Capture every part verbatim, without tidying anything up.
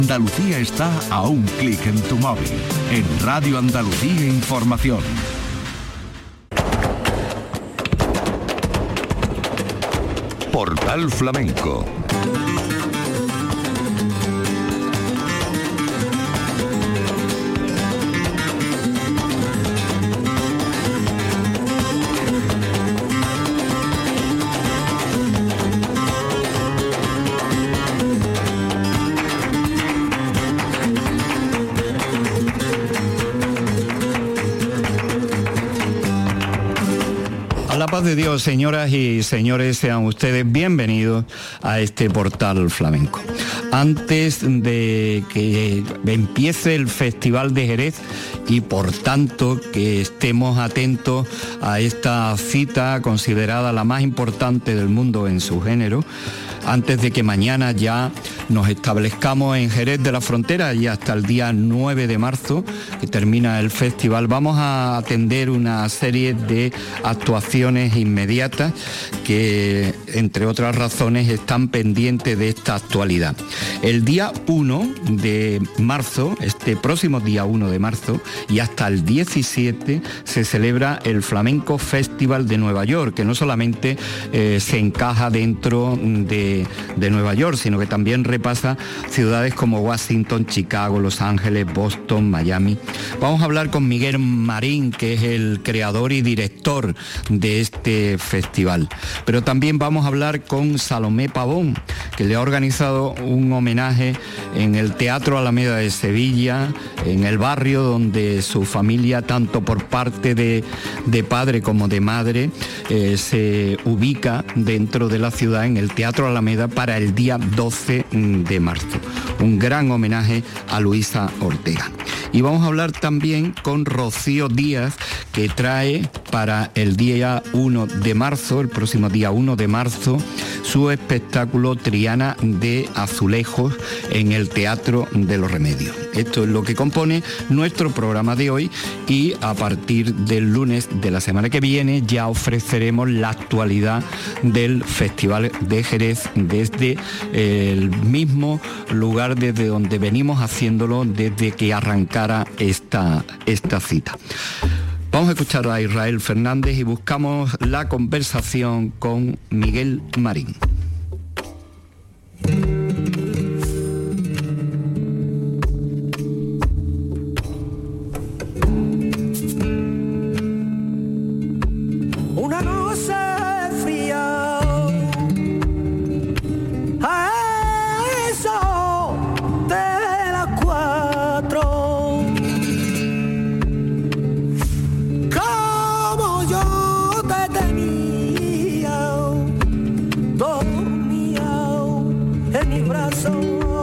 Andalucía está a un clic en tu móvil. En Radio Andalucía Información. Portal Flamenco. La paz de Dios, señoras y señores, sean ustedes bienvenidos a este Portal Flamenco. Antes de que empiece el Festival de Jerez y por tanto que estemos atentos a esta cita considerada la más importante del mundo en su género, antes de que mañana ya nos establezcamos en Jerez de la Frontera y hasta el día nueve de marzo, que termina el festival, vamos a atender una serie de actuaciones inmediatas que, entre otras razones, están pendientes de esta actualidad. El día uno de marzo, este próximo día uno de marzo, y hasta el diecisiete, se celebra el Flamenco Festival de Nueva York, que no solamente eh, se encaja dentro de, de Nueva York, sino que también repasa ciudades como Washington, Chicago, Los Ángeles, Boston, Miami. Vamos a hablar con Miguel Marín, que es el creador y director de este festival. Pero también vamos a hablar con Salomé Pavón, que le ha organizado un homenaje en el Teatro Alameda de Sevilla, en el barrio donde su familia, tanto por parte de, de padre como de madre, eh, se ubica dentro de la ciudad, en el Teatro Alameda, para el día doce de marzo. Un gran homenaje a Luisa Ortega. Y vamos a hablar también con Rocío Díaz, que trae para el día uno de marzo, el próximo día uno de marzo, su espectáculo Triana de Azulejos en el Teatro de los Remedios. Esto es lo que compone nuestro programa de hoy, y a partir del lunes de la semana que viene ya ofreceremos la actualidad del Festival de Jerez desde el mismo lugar desde donde venimos haciéndolo desde que arrancara esta, esta cita. Vamos a escuchar a Israel Fernández y buscamos la conversación con Miguel Marín. Una noche fría, a eso de las cuatro, como yo te tenía, dormía en mi brazo.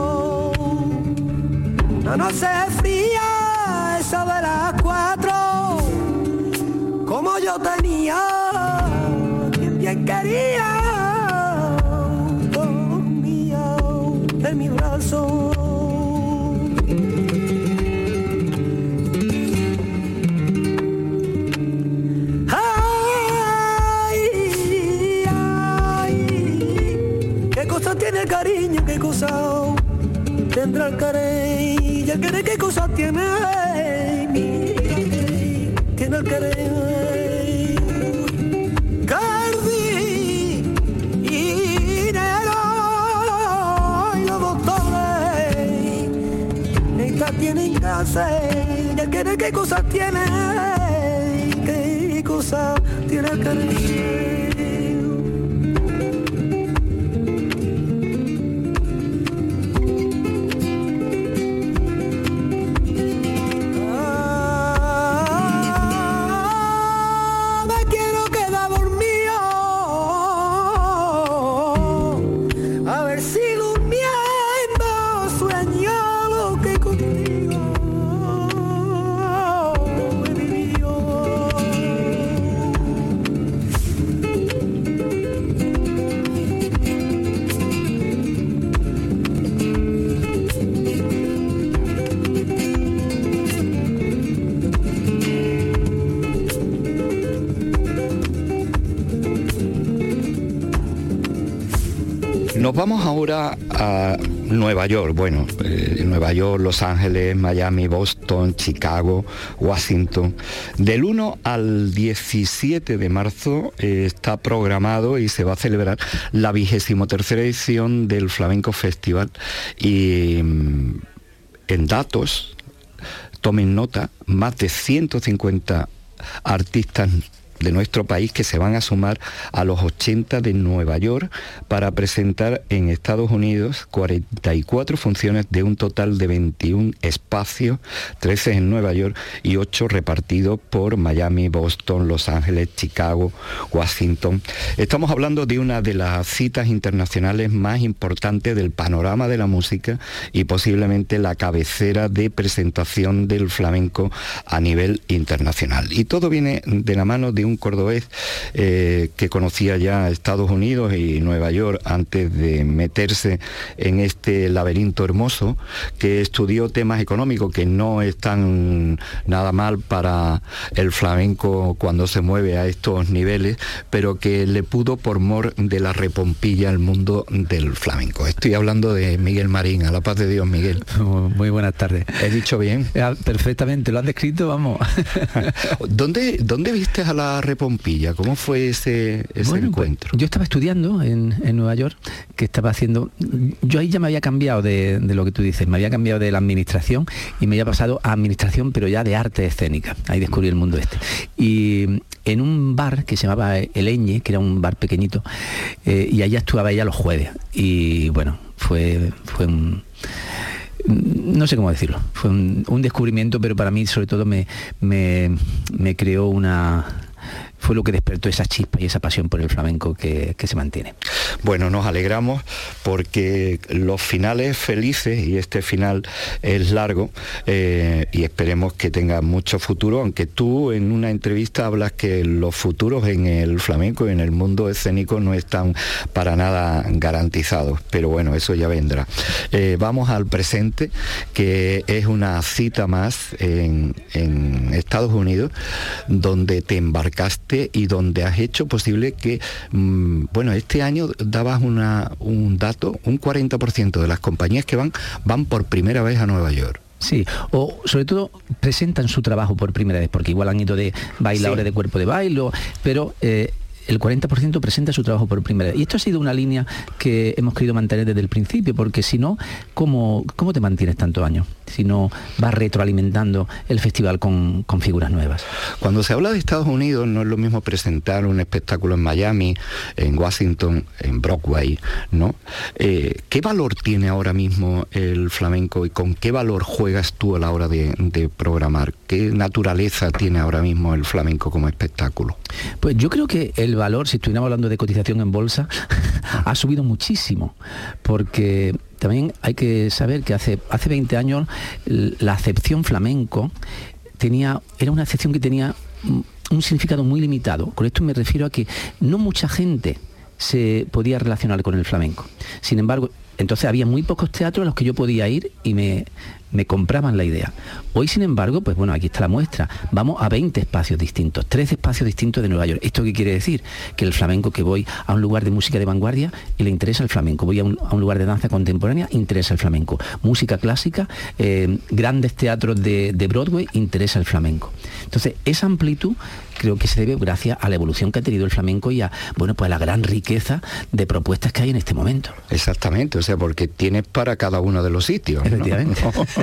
Una noche fría, eso de las cuatro, como yo tenía quien bien quería, dormía en mi brazo. Ay, ay, qué cosa tiene el cariño, qué cosa tendrá el cariño, el querer, qué cosa tiene, tiene el querer. Tienen que hacer, ya quiere qué cosas tiene, qué cosas tiene que hacer. Nos vamos ahora a Nueva York, bueno, eh, Nueva York, Los Ángeles, Miami, Boston, Chicago, Washington. Del uno al diecisiete de marzo eh, está programado y se va a celebrar la vigésimo tercera edición del Flamenco Festival. Y mm, en datos, tomen nota, más de ciento cincuenta artistas de nuestro país que se van a sumar a los ochenta de Nueva York para presentar en Estados Unidos cuarenta y cuatro funciones de un total de veintiún espacios, trece en Nueva York y ocho repartidos por Miami, Boston, Los Ángeles, Chicago, Washington. Estamos hablando de una de las citas internacionales más importantes del panorama de la música y posiblemente la cabecera de presentación del flamenco a nivel internacional. Y todo viene de la mano de un un cordobés eh, que conocía ya Estados Unidos y Nueva York antes de meterse en este laberinto hermoso, que estudió temas económicos que no están nada mal para el flamenco cuando se mueve a estos niveles, pero que le pudo por mor de la repompilla al mundo del flamenco. Estoy hablando de Miguel Marín. A la paz de Dios, Miguel. Muy buenas tardes. ¿He dicho bien? Perfectamente, lo has descrito, vamos. ¿Dónde, ¿Dónde viste a la repompilla? ¿Cómo fue ese, ese bueno, encuentro? Pues, yo estaba estudiando en, en Nueva York, que estaba haciendo... Yo ahí ya me había cambiado de, de lo que tú dices, me había cambiado de la administración y me había pasado a administración, pero ya de arte escénica. Ahí descubrí el mundo este. Y en un bar que se llamaba El Eñe, que era un bar pequeñito, eh, y allá actuaba ella los jueves. Y bueno, fue, fue un... no sé cómo decirlo, fue un, un descubrimiento, pero para mí sobre todo me, me, me creó una... fue lo que despertó esa chispa y esa pasión por el flamenco que, que se mantiene. Bueno, nos alegramos porque los finales felices, y este final es largo, eh, y esperemos que tenga mucho futuro, aunque tú en una entrevista hablas que los futuros en el flamenco y en el mundo escénico no están para nada garantizados, pero bueno, eso ya vendrá. Eh, vamos al presente, que es una cita más en, en Estados Unidos, donde te embarcaste y donde has hecho posible que, mmm, bueno, este año dabas una, un dato, un cuarenta por ciento de las compañías que van, van por primera vez a Nueva York. Sí, o sobre todo presentan su trabajo por primera vez, porque igual han ido de bailadores, sí, de cuerpo de baile, pero... Eh, el cuarenta por ciento presenta su trabajo por primera vez. Y esto ha sido una línea que hemos querido mantener desde el principio, porque si no, ¿cómo, cómo te mantienes tantos años? Si no vas retroalimentando el festival con, con figuras nuevas. Cuando se habla de Estados Unidos, no es lo mismo presentar un espectáculo en Miami, en Washington, en Broadway, ¿no? Eh, ¿Qué valor tiene ahora mismo el flamenco y con qué valor juegas tú a la hora de, de programar? ¿Qué naturaleza tiene ahora mismo el flamenco como espectáculo? Pues yo creo que el valor, si estuviéramos hablando de cotización en bolsa, ha subido muchísimo, porque también hay que saber que hace, hace veinte años la acepción flamenco tenía, era una acepción que tenía un significado muy limitado. Con esto me refiero a que no mucha gente se podía relacionar con el flamenco. Sin embargo, entonces había muy pocos teatros a los que yo podía ir y me, me compraban la idea. Hoy, sin embargo, pues bueno, aquí está la muestra. Vamos a veinte espacios distintos, trece espacios distintos de Nueva York. ¿Esto qué quiere decir? Que el flamenco, que voy a un lugar de música de vanguardia y le interesa el flamenco. Voy a un, a un lugar de danza contemporánea, interesa el flamenco. Música clásica, eh, grandes teatros de, de Broadway, interesa el flamenco. Entonces, esa amplitud creo que se debe gracias a la evolución que ha tenido el flamenco y a, bueno, pues a la gran riqueza de propuestas que hay en este momento. Exactamente, o sea, porque tienes para cada uno de los sitios, ¿no? Efectivamente.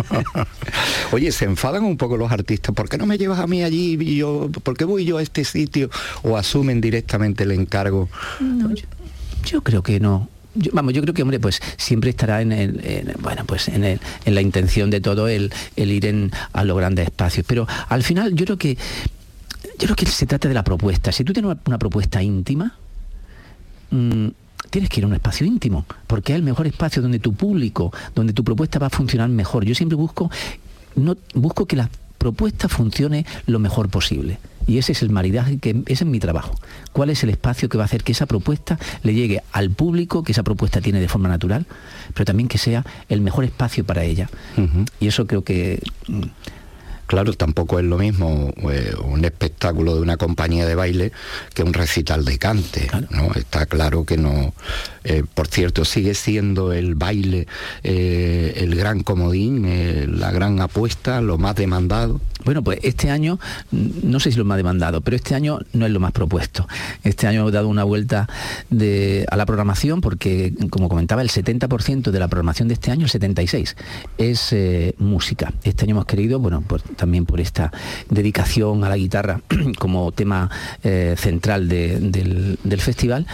Oye, se enfadan un poco los artistas, ¿por qué no me llevas a mí allí? Y yo, ¿por qué voy yo a este sitio? ¿O asumen directamente el encargo? No, yo, yo creo que no. Yo, vamos, yo creo que, hombre, pues siempre estará en el, en, bueno, pues en, el, en la intención de todo el, el ir en, a los grandes espacios. Pero al final yo creo que yo creo que se trata de la propuesta. Si tú tienes una, una propuesta íntima, mmm, tienes que ir a un espacio íntimo, porque es el mejor espacio donde tu público, donde tu propuesta va a funcionar mejor. Yo siempre busco, no, busco que la propuesta funcione lo mejor posible. Y ese es el maridaje, que ese es mi trabajo. ¿Cuál es el espacio que va a hacer que esa propuesta le llegue al público, que esa propuesta tiene de forma natural, pero también que sea el mejor espacio para ella? Uh-huh. Y eso creo que Claro, tampoco es lo mismo eh, un espectáculo de una compañía de baile que un recital de cante, claro. ¿no? Está claro que no... Eh, por cierto, sigue siendo el baile eh, el gran comodín, eh, la gran apuesta, lo más demandado. Bueno, pues este año, no sé si lo más demandado, pero este año no es lo más propuesto. Este año hemos dado una vuelta de, a la programación porque, como comentaba, el setenta por ciento de la programación de este año, el setenta y seis por ciento, es eh, música. Este año hemos querido, bueno, pues también por esta dedicación a la guitarra como tema eh, central de, del, del festival,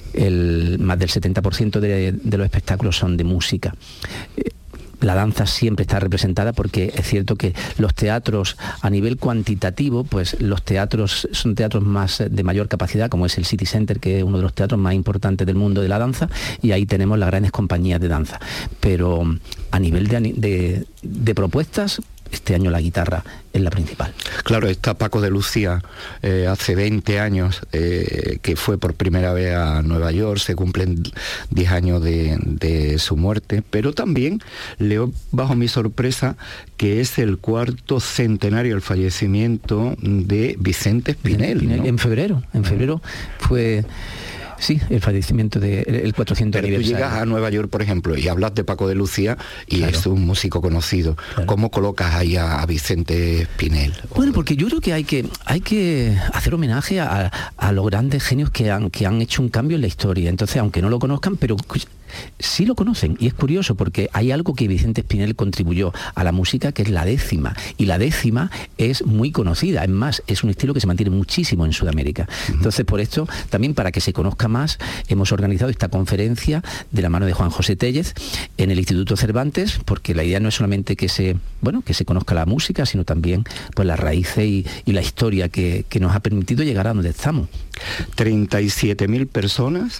el, más del setenta por ciento de, de los espectáculos son de música. Eh, La danza siempre está representada porque es cierto que los teatros a nivel cuantitativo, pues los teatros son teatros más de mayor capacidad, como es el City Center, que es uno de los teatros más importantes del mundo de la danza, y ahí tenemos las grandes compañías de danza. Pero a nivel de, de, de propuestas, este año la guitarra es la principal. Claro, está Paco de Lucía, eh, hace veinte años, eh, que fue por primera vez a Nueva York, se cumplen diez años de, de su muerte, pero también leo bajo mi sorpresa que es el cuarto centenario del fallecimiento de Vicente Espinel, Espinel, ¿no? En febrero, en febrero fue... Sí, el fallecimiento del de, cuatrocientos Pero aniversario. Tú llegas a Nueva York, por ejemplo, y hablas de Paco de Lucía y claro. es un músico conocido. Claro. ¿Cómo colocas ahí a, a Vicente Espinel? Bueno, porque yo creo que hay que, hay que hacer homenaje a, a los grandes genios que han, que han hecho un cambio en la historia. Entonces, aunque no lo conozcan, pero sí lo conocen. Y es curioso porque hay algo que Vicente Espinel contribuyó a la música, que es la décima. Y la décima es muy conocida. Es más, es un estilo que se mantiene muchísimo en Sudamérica. Entonces, por esto, también para que se conozca más, hemos organizado esta conferencia de la mano de Juan José Tellez en el Instituto Cervantes, porque la idea no es solamente que se, bueno, que se conozca la música, sino también pues las raíces y, y la historia que, que nos ha permitido llegar a donde estamos. treinta y siete mil personas,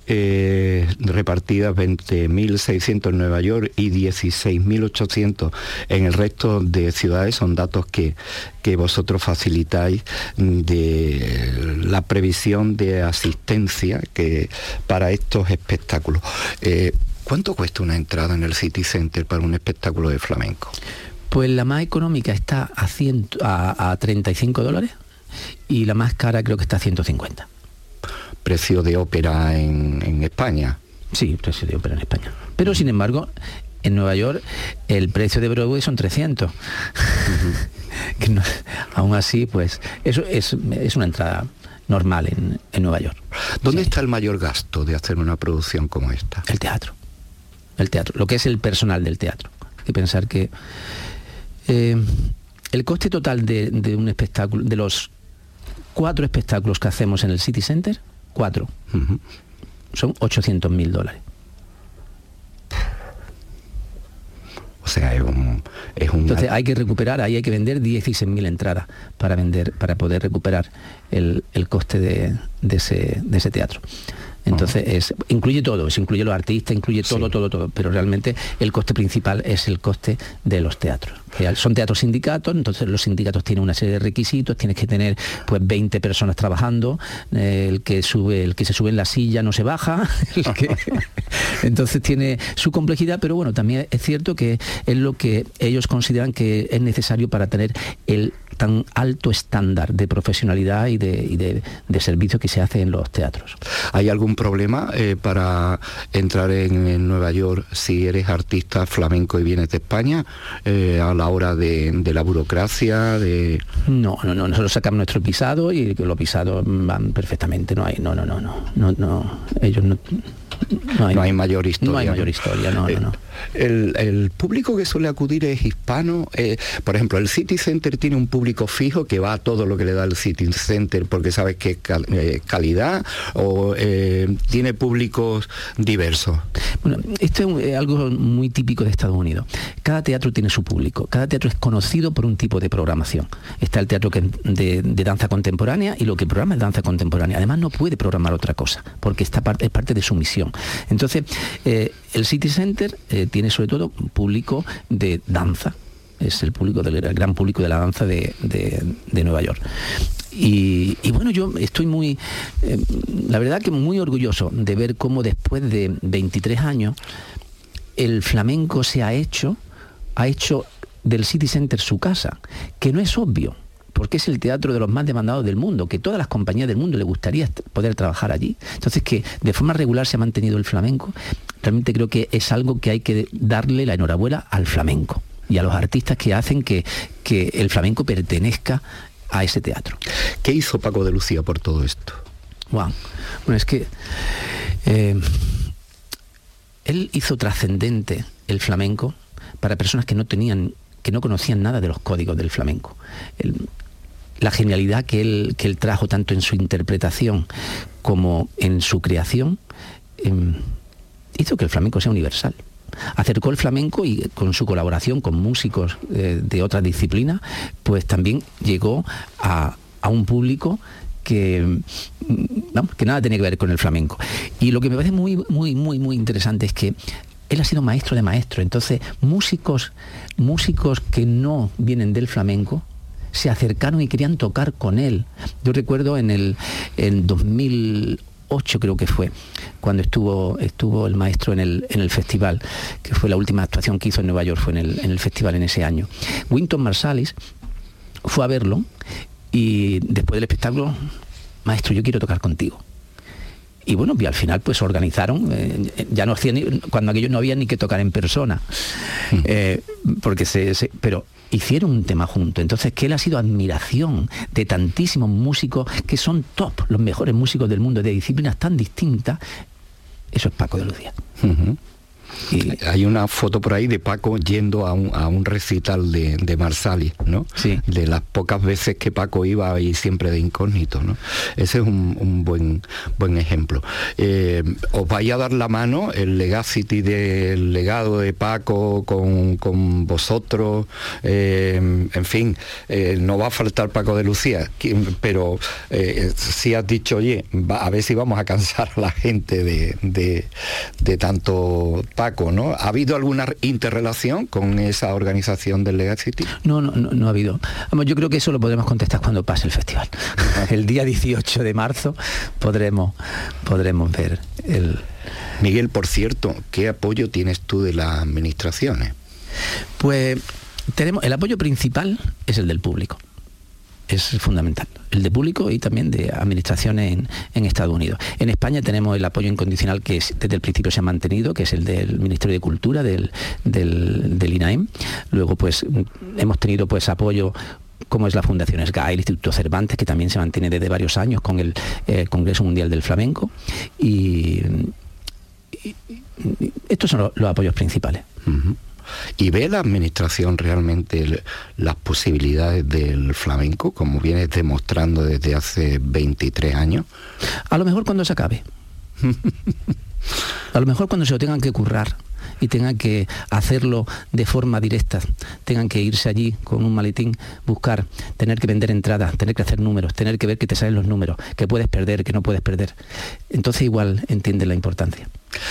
eh, repartidas veinte mil seiscientos en Nueva York y dieciséis mil ochocientos en el resto de ciudades. Son datos que, que vosotros facilitáis de la previsión de asistencia que para estos espectáculos. Eh, ¿Cuánto cuesta una entrada en el City Center para un espectáculo de flamenco? Pues la más económica está a, cien, a, a treinta y cinco dólares y la más cara creo que está a ciento cincuenta. ¿Precio de ópera en, en España? Sí, precio de ópera en España. Pero sin embargo, en Nueva York el precio de Broadway son trescientos. Uh-huh. que no, aún así, pues eso es, es una entrada normal en, en Nueva York. ¿Dónde sí. está el mayor gasto de hacer una producción como esta? El teatro. El teatro, lo que es el personal del teatro. Hay que pensar que eh, el coste total de, de un espectáculo, de los cuatro espectáculos que hacemos en el City Center, cuatro, uh-huh. son ochocientos mil dólares. O sea, es un, es un... Entonces hay que recuperar, ahí hay que vender dieciséis mil entradas para vender, para poder recuperar el, el coste de, de, ese, de ese teatro. Entonces uh-huh. es, incluye todo, eso incluye los artistas, incluye todo, sí. todo, todo, pero realmente el coste principal es el coste de los teatros. Son teatros sindicatos, entonces los sindicatos tienen una serie de requisitos, tienes que tener pues veinte personas trabajando, eh, el que sube, el que se sube en la silla no se baja, el que... entonces tiene su complejidad, pero bueno, también es cierto que es lo que ellos consideran que es necesario para tener el tan alto estándar de profesionalidad y de, y de, de servicio que se hace en los teatros. ¿Hay algún problema eh, para entrar en, en Nueva York si eres artista flamenco y vienes de España eh, a la hora de, de la burocracia? De... No, no, no, nosotros sacamos nuestro visado y los visados van perfectamente, no hay, no, no, no, no, no, no ellos no... No hay, no hay mayor historia. No hay mayor historia, no, eh, no, no. El, el público que suele acudir es hispano. Eh, por ejemplo, el City Center tiene un público fijo que va a todo lo que le da el City Center porque sabes que es cal, eh, calidad o eh, tiene públicos diversos. Bueno, esto es algo muy típico de Estados Unidos. Cada teatro tiene su público. Cada teatro es conocido por un tipo de programación. Está el teatro que, de, de danza contemporánea y lo que programa es danza contemporánea. Además no puede programar otra cosa porque esta parte, es parte de su misión. Entonces, eh, el City Center eh, tiene sobre todo un público de danza, es el público del el gran público de la danza de, de, de Nueva York. Y, y bueno, yo estoy muy, eh, la verdad que muy orgulloso de ver cómo después de veintitrés años el flamenco se ha hecho, ha hecho del City Center su casa, que no es obvio, porque es el teatro de los más demandados del mundo, que todas las compañías del mundo le gustaría poder trabajar allí. Entonces, que de forma regular se ha mantenido el flamenco, realmente creo que es algo que hay que darle la enhorabuena al flamenco y a los artistas que hacen que, que el flamenco pertenezca a ese teatro. ¿Qué hizo Paco de Lucía por todo esto? Wow. Bueno, es que eh, él hizo trascendente el flamenco para personas que no tenían, que no conocían nada de los códigos del flamenco. El, la genialidad que él, que él trajo tanto en su interpretación como en su creación eh, hizo que el flamenco sea universal. Acercó el flamenco y con su colaboración con músicos eh, de otras disciplinas, pues también llegó a, a un público que, no, que nada tenía que ver con el flamenco. Y lo que me parece muy, muy, muy, muy interesante es que él ha sido maestro de maestros. Entonces, músicos, músicos que no vienen del flamenco se acercaron y querían tocar con él. Yo recuerdo en el en dos mil ocho, creo que fue, cuando estuvo estuvo el maestro en el, en el festival, que fue la última actuación que hizo en Nueva York, fue en el, en el festival en ese año. Wynton Marsalis fue a verlo y después del espectáculo, maestro, yo quiero tocar contigo. Y bueno, y al final pues organizaron, eh, ya no hacían, ni, cuando aquello no había ni que tocar en persona, eh, porque se, se, pero hicieron un tema juntos. Entonces, que él ha sido admiración de tantísimos músicos que son top, los mejores músicos del mundo, de disciplinas tan distintas. Eso es Paco de Lucía. Uh-huh. Y hay una foto por ahí de Paco yendo a un, a un recital de, de Marsalis, ¿no? Sí. De las pocas veces que Paco iba ahí siempre de incógnito, ¿no? Ese es un, un buen buen ejemplo. Eh, os vaya a dar la mano el Legacity del legado de Paco con, con vosotros, eh, en fin, eh, no va a faltar Paco de Lucía, pero eh, si has dicho, oye, va, a ver si vamos a cansar a la gente de, de, de tanto Paco, ¿no? ¿Ha habido alguna interrelación con esa organización del Legacity? No, no, no, no ha habido. Vamos, yo creo que eso lo podremos contestar cuando pase el festival. El día dieciocho de marzo podremos, podremos ver el... Miguel, por cierto, ¿qué apoyo tienes tú de las administraciones? Pues tenemos, el apoyo principal es el del público. Es fundamental, el de público y también de administraciones en, en Estados Unidos. En España tenemos el apoyo incondicional que es, desde el principio se ha mantenido, que es el del Ministerio de Cultura, del, del, del INAEM. Luego pues hemos tenido pues apoyo como es la Fundación SGAE, el Instituto Cervantes, que también se mantiene desde varios años con el eh, Congreso Mundial del Flamenco. Y, y, y estos son los, los apoyos principales. Uh-huh. ¿Y ve la administración realmente el, las posibilidades del flamenco, como vienes demostrando desde hace veintitrés años? A lo mejor cuando se acabe. A lo mejor cuando se lo tengan que currar y tengan que hacerlo de forma directa, tengan que irse allí con un maletín, buscar, tener que vender entradas, tener que hacer números, tener que ver que te salen los números, que puedes perder, que no puedes perder. Entonces igual entienden la importancia.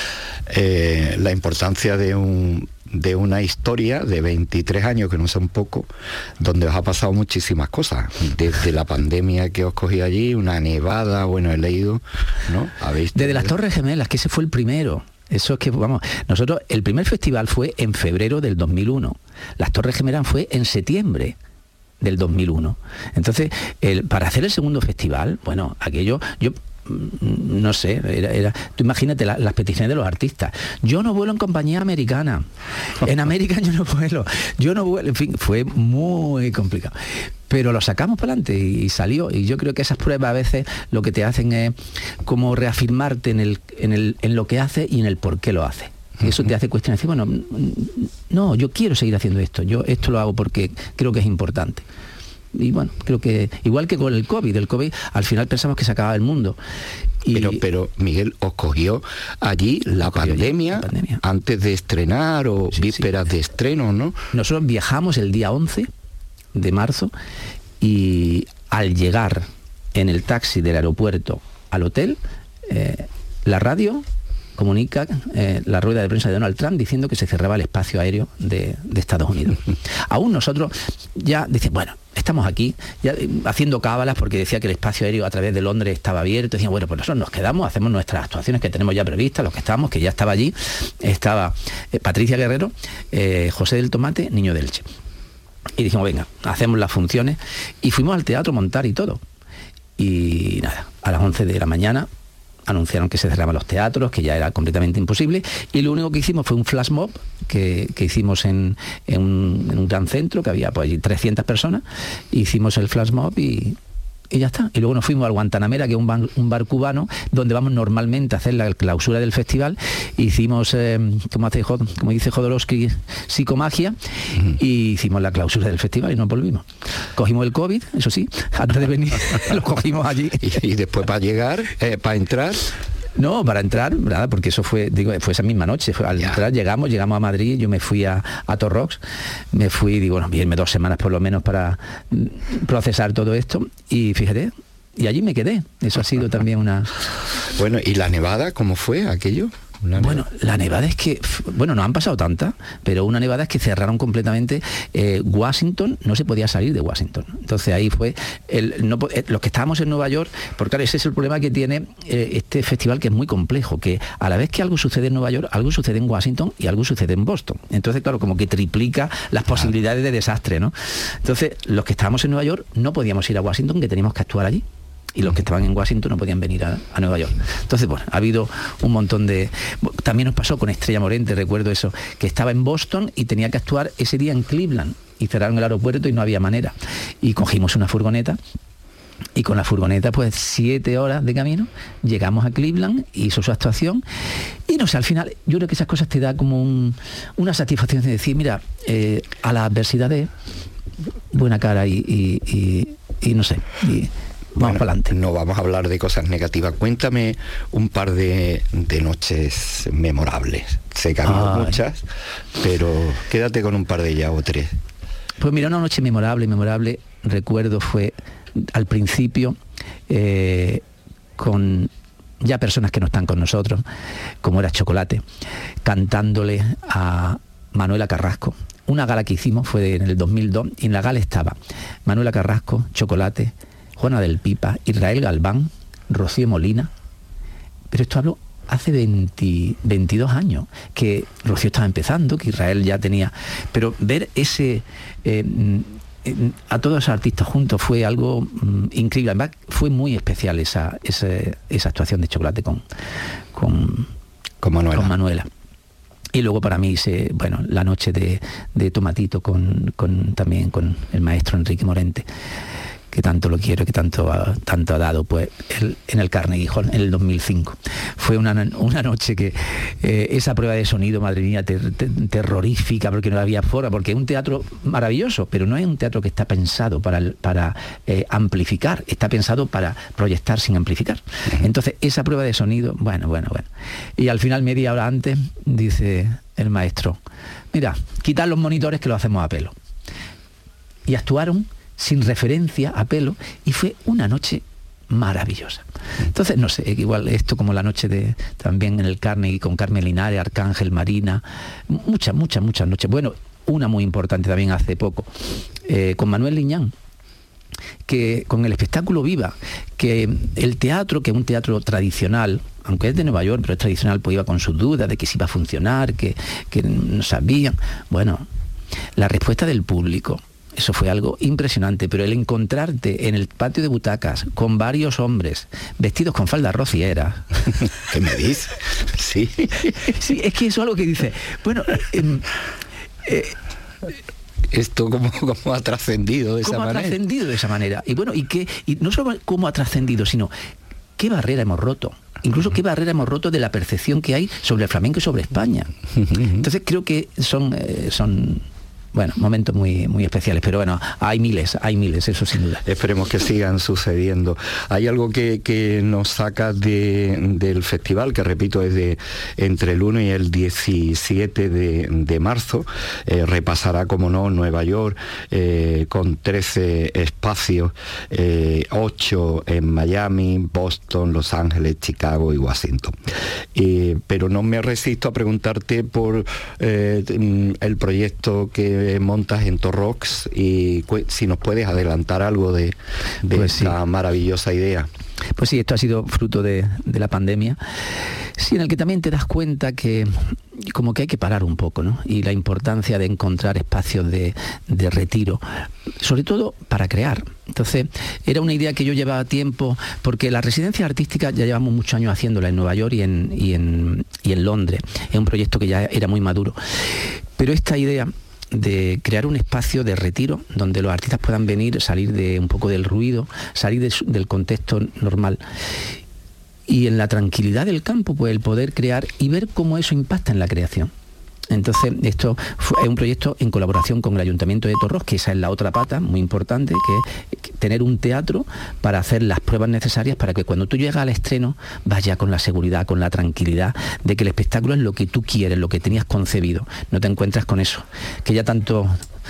Eh, la importancia de un de una historia de veintitrés años, que no son poco, donde os ha pasado muchísimas cosas, desde la pandemia que os cogí allí, una nevada, bueno, he leído, ¿no? ¿Habéis desde las Torres Gemelas, que ese fue el primero. Eso es que, vamos, nosotros, el primer festival fue en febrero del dos mil uno, las Torres Gemelas fue en septiembre del dos mil uno. Entonces, el, para hacer el segundo festival, bueno, aquello, yo no sé, era, era, tú imagínate la, las peticiones de los artistas. Yo no vuelo en compañía americana, en América yo no vuelo, yo no vuelo, en fin, fue muy complicado. Pero lo sacamos para adelante y, y salió. Y yo creo que esas pruebas a veces lo que te hacen es como reafirmarte en, el, en, el, en lo que haces y en el por qué lo haces. Y eso te hace cuestionar, decir, bueno, no, yo quiero seguir haciendo esto, yo esto lo hago porque creo que es importante. Y bueno, creo que igual que con el COVID, el COVID al final pensamos que se acababa el mundo. Y pero, pero Miguel, os cogió allí la, cogió pandemia, allí la pandemia antes de estrenar o sí, vísperas sí. de estreno, ¿no? Nosotros viajamos el día once de marzo y al llegar en el taxi del aeropuerto al hotel, eh, la radio comunica eh, la rueda de prensa de Donald Trump diciendo que se cerraba el espacio aéreo de, de Estados Unidos. Aún nosotros ya dicen, bueno, estamos aquí ya haciendo cábalas porque decía que el espacio aéreo a través de Londres estaba abierto. Decían, bueno, pues nosotros nos quedamos, hacemos nuestras actuaciones que tenemos ya previstas, los que estábamos, que ya estaba allí, estaba eh, Patricia Guerrero, eh, José del Tomate, Niño de Elche. Y dijimos, venga, hacemos las funciones, y fuimos al teatro a montar y todo. Y nada, a las once de la mañana anunciaron que se cerraban los teatros, que ya era completamente imposible, y lo único que hicimos fue un flash mob que, que hicimos en, en, un, en un gran centro, que había pues allí trescientas personas, hicimos el flash mob y... y ya está. Y luego nos fuimos al Guantanamera, que es un bar, un bar cubano, donde vamos normalmente a hacer la clausura del festival. Hicimos, eh, como, hace, como dice Jodorowsky, psicomagia, uh-huh. y hicimos la clausura del festival y nos volvimos. Cogimos el COVID, eso sí, antes de venir, lo cogimos allí. Y, y después para llegar, eh, para entrar... No, para entrar, ¿verdad? Porque eso fue, digo, fue esa misma noche. Fue, al ya. entrar llegamos, llegamos a Madrid, yo me fui a, a Torrox, me fui, digo, bueno, irme dos semanas por lo menos para procesar todo esto, y fíjate, y allí me quedé. Eso ha sido también una... Bueno, ¿y la nevada cómo fue aquello? La bueno, la nevada es que, bueno, no han pasado tantas, pero una nevada es que cerraron completamente eh, Washington, no se podía salir de Washington. Entonces ahí fue, el, no, eh, los que estábamos en Nueva York, porque claro, ese es el problema que tiene eh, este festival, que es muy complejo, que a la vez que algo sucede en Nueva York, algo sucede en Washington y algo sucede en Boston. Entonces, claro, como que triplica las posibilidades de desastre, ¿no? Entonces, los que estábamos en Nueva York no podíamos ir a Washington, que teníamos que actuar allí. Y los que estaban en Washington no podían venir a, a Nueva York. Entonces, bueno, ha habido un montón de... También nos pasó con Estrella Morente, recuerdo eso, que estaba en Boston y tenía que actuar ese día en Cleveland, y cerraron el aeropuerto y no había manera. Y cogimos una furgoneta, y con la furgoneta, pues siete horas de camino, llegamos a Cleveland, hizo su actuación, y no sé, al final, yo creo que esas cosas te da como un, una satisfacción de decir, mira, eh, a las adversidades, buena cara y, y, y, y no sé... Y, vamos bueno, para adelante. No vamos a hablar de cosas negativas. Cuéntame un par de, de noches memorables. Sé que ha habido Ay. muchas, pero quédate con un par de ellas o tres. Pues mira, una noche memorable, memorable, recuerdo fue al principio, eh, con ya personas que no están con nosotros, como era Chocolate, cantándole a Manuela Carrasco. Una gala que hicimos fue en el dos mil dos, y en la gala estaba Manuela Carrasco, Chocolate, Juana del Pipa, Israel Galván, Rocío Molina, pero esto hablo hace veinte, veintidós años, que Rocío estaba empezando, que Israel ya tenía, pero ver ese, eh, a todos esos artistas juntos fue algo mm, increíble. Además, fue muy especial esa, esa, esa actuación de Chocolate con, con, con Manuela. Con Manuela. Y luego para mí, se, bueno, la noche de, de Tomatito con, con, también con el maestro Enrique Morente, que tanto lo quiero, que tanto ha, tanto ha dado, pues el, en el Carnegie Hall en el dos mil cinco. Fue una, una noche que eh, esa prueba de sonido, madre mía, ter, ter, terrorífica, porque no había forma, porque es un teatro maravilloso, pero no es un teatro que está pensado para, para eh, amplificar, está pensado para proyectar sin amplificar. Entonces, esa prueba de sonido, bueno, bueno, bueno. Y al final, media hora antes, dice el maestro, mira, quitar los monitores que lo hacemos a pelo. Y actuaron sin referencia a pelo, y fue una noche maravillosa. Entonces, no sé, igual esto como la noche de también en el Carnegie con Carmen Linares, Arcángel, Marina, muchas, muchas, muchas noches. Bueno, una muy importante también hace poco, eh, con Manuel Liñán, que con el espectáculo Viva, que el teatro, que es un teatro tradicional, aunque es de Nueva York, pero es tradicional, pues iba con sus dudas de que si iba a funcionar, que, que no sabían. Bueno, la respuesta del público, eso fue algo impresionante, pero el encontrarte en el patio de butacas con varios hombres vestidos con faldas rocieras. ¿Qué me dices? Sí. Sí, es que eso es algo que dice, bueno, eh, eh, esto cómo, cómo ha trascendido de esa manera. ¿Cómo ha trascendido de esa manera? Y bueno, y que y no solo cómo ha trascendido, sino qué barrera hemos roto. Incluso qué barrera hemos roto de la percepción que hay sobre el flamenco y sobre España. Entonces creo que son... Eh, son Bueno, momentos muy, muy especiales, pero bueno, hay miles, hay miles, eso sin duda. Esperemos que sigan sucediendo. Hay algo que, que nos saca de, del festival, que repito, es de entre el uno y el diecisiete de, de marzo. Eh, repasará, como no, Nueva York, eh, con trece espacios, eh, ocho en Miami, Boston, Los Ángeles, Chicago y Washington. Eh, pero no me resisto a preguntarte por eh, el proyecto que montas en Torrox, y si nos puedes adelantar algo de, de pues esta sí. maravillosa idea. Pues sí, esto ha sido fruto de, de la pandemia, sí, en el que también te das cuenta que como que hay que parar un poco, ¿no? Y la importancia de encontrar espacios de, de retiro, sobre todo para crear. Entonces, era una idea que yo llevaba tiempo, porque las residencias artísticas ya llevamos muchos años haciéndolas en Nueva York y en, y en, y en Londres. Es un proyecto que ya era muy maduro. Pero esta idea de crear un espacio de retiro donde los artistas puedan venir, salir de un poco del ruido, salir de su, del contexto normal, y en la tranquilidad del campo, pues el poder crear y ver cómo eso impacta en la creación. Entonces, esto fue, es un proyecto en colaboración con el Ayuntamiento de Torros, que esa es la otra pata muy importante, que es tener un teatro para hacer las pruebas necesarias para que cuando tú llegas al estreno vaya con la seguridad, con la tranquilidad de que el espectáculo es lo que tú quieres, lo que tenías concebido. No te encuentras con eso, que ya tanto...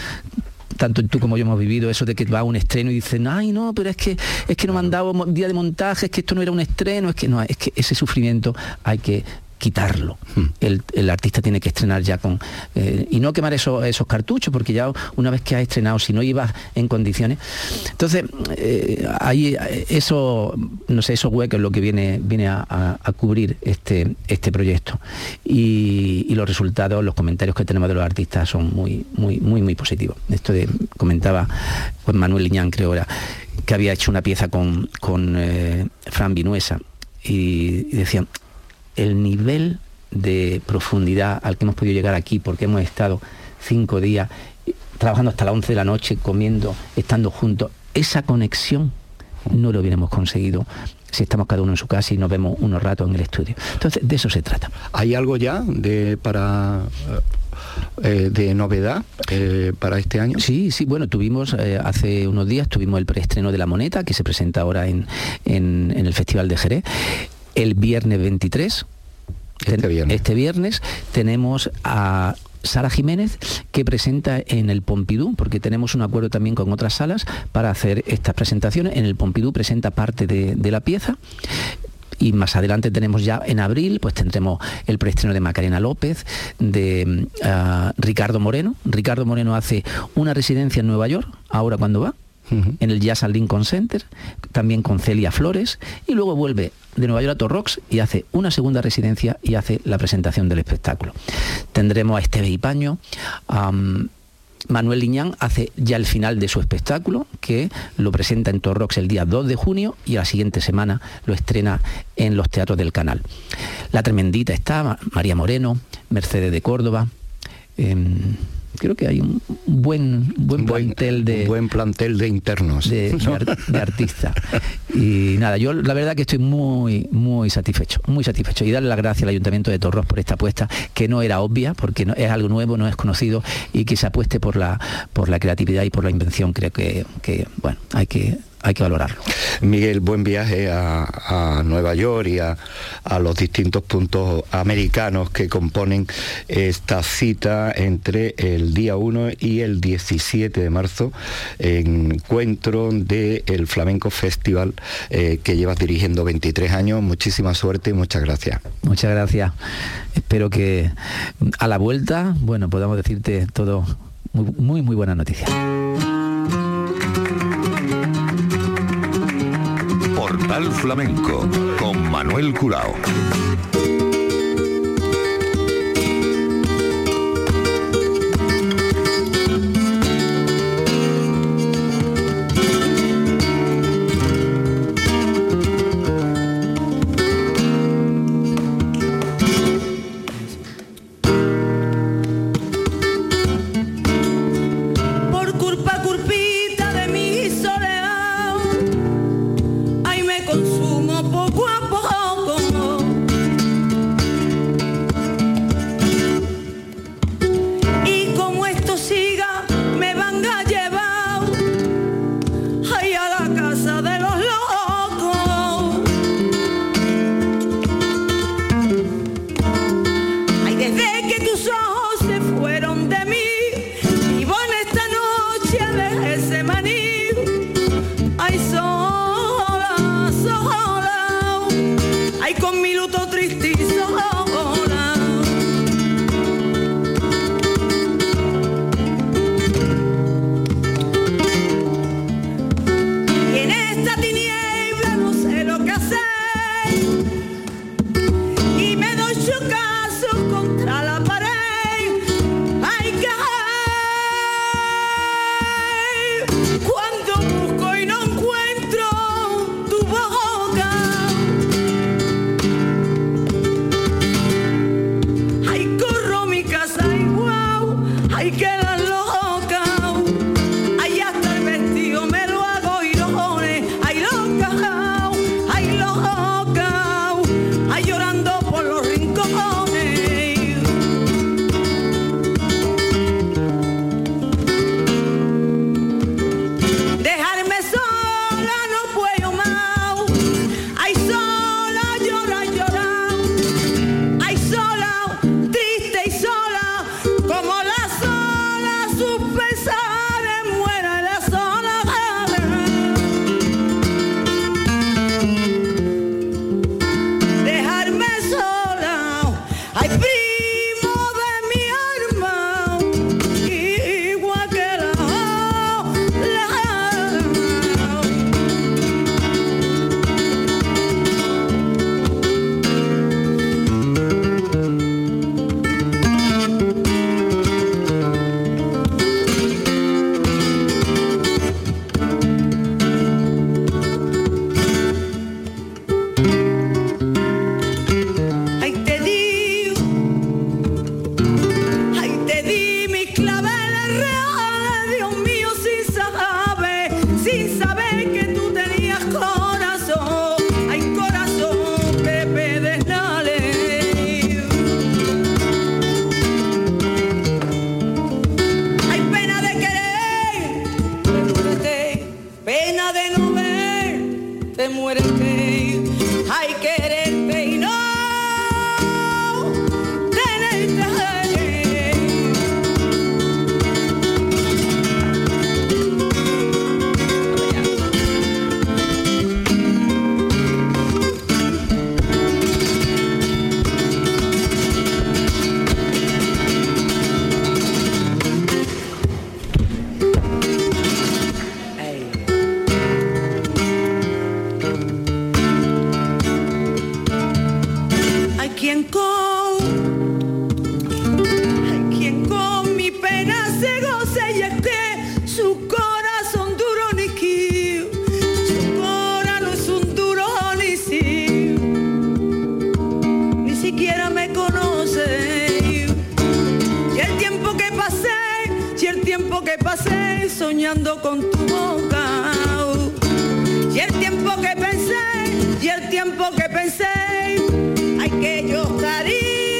tanto tú como yo hemos vivido eso de que va a un estreno y dicen, ay no, pero es que es que no me han dado día de montaje, es que esto no era un estreno, es que no, es que ese sufrimiento hay que quitarlo. Hmm. El, el artista tiene que estrenar ya con... Eh, y no quemar esos, esos cartuchos, porque ya una vez que has estrenado, si no ibas en condiciones... Entonces, eh, ahí eso, no sé, esos huecos es lo que viene, viene a, a, a cubrir este, este proyecto. Y, y los resultados, los comentarios que tenemos de los artistas son muy, muy, muy, muy positivos. Esto de, comentaba Juan Manuel Liñán, creo era, que había hecho una pieza con, con eh, Fran Vinuesa, y, y decían, el nivel de profundidad al que hemos podido llegar aquí, porque hemos estado cinco días trabajando hasta las once de la noche, comiendo, estando juntos, esa conexión no lo hubiéramos conseguido si estamos cada uno en su casa y nos vemos unos ratos en el estudio. Entonces, de eso se trata. ¿Hay algo ya de para eh, de novedad eh, para este año? Sí, sí, bueno, tuvimos eh, hace unos días, tuvimos el preestreno de La Moneta, que se presenta ahora en, en, en el Festival de Jerez. El viernes veintitrés, este viernes. este viernes, tenemos a Sara Jiménez, que presenta en el Pompidou, porque tenemos un acuerdo también con otras salas para hacer estas presentaciones. En el Pompidou presenta parte de, de la pieza. Y más adelante tenemos ya en abril, pues tendremos el preestreno de Macarena López, de uh, Ricardo Moreno. Ricardo Moreno hace una residencia en Nueva York, ahora cuando va, en el Jazz at Lincoln Center, también con Celia Flores, y luego vuelve de Nueva York a Torrox y hace una segunda residencia y hace la presentación del espectáculo. Tendremos a Esteve Ipaño, um, Manuel Liñán hace ya el final de su espectáculo, que lo presenta en Torrox el día dos de junio y a la siguiente semana lo estrena en los teatros del Canal. La Tremendita está, María Moreno, Mercedes de Córdoba... Eh, creo que hay un buen buen plantel de un buen plantel de internos de, ¿no? de, de artistas. Y nada, yo la verdad que estoy muy muy satisfecho, muy satisfecho, y darle las gracias al Ayuntamiento de Torros por esta apuesta, que no era obvia, porque no, es algo nuevo, no es conocido, y que se apueste por la por la creatividad y por la invención. Creo que, que bueno, hay que hay que valorarlo. Miguel, buen viaje a, a Nueva York y a, a los distintos puntos americanos que componen esta cita entre el día uno y el diecisiete de marzo, encuentro del Flamenco Festival eh, que llevas dirigiendo veintitrés años. Muchísima suerte y muchas gracias. Muchas gracias. Espero que a la vuelta, bueno, podamos decirte todo muy, muy, muy buenas noticias. Portal Flamenco con Manuel Curao. Y me doy su caso contra la su corazón duro ni qui, su corazón no es un duro ni si, ni siquiera me conoce. Y el tiempo que pasé, y el tiempo que pasé soñando con tu boca, y el tiempo que pensé, y el tiempo que pensé, ay que yo estaría.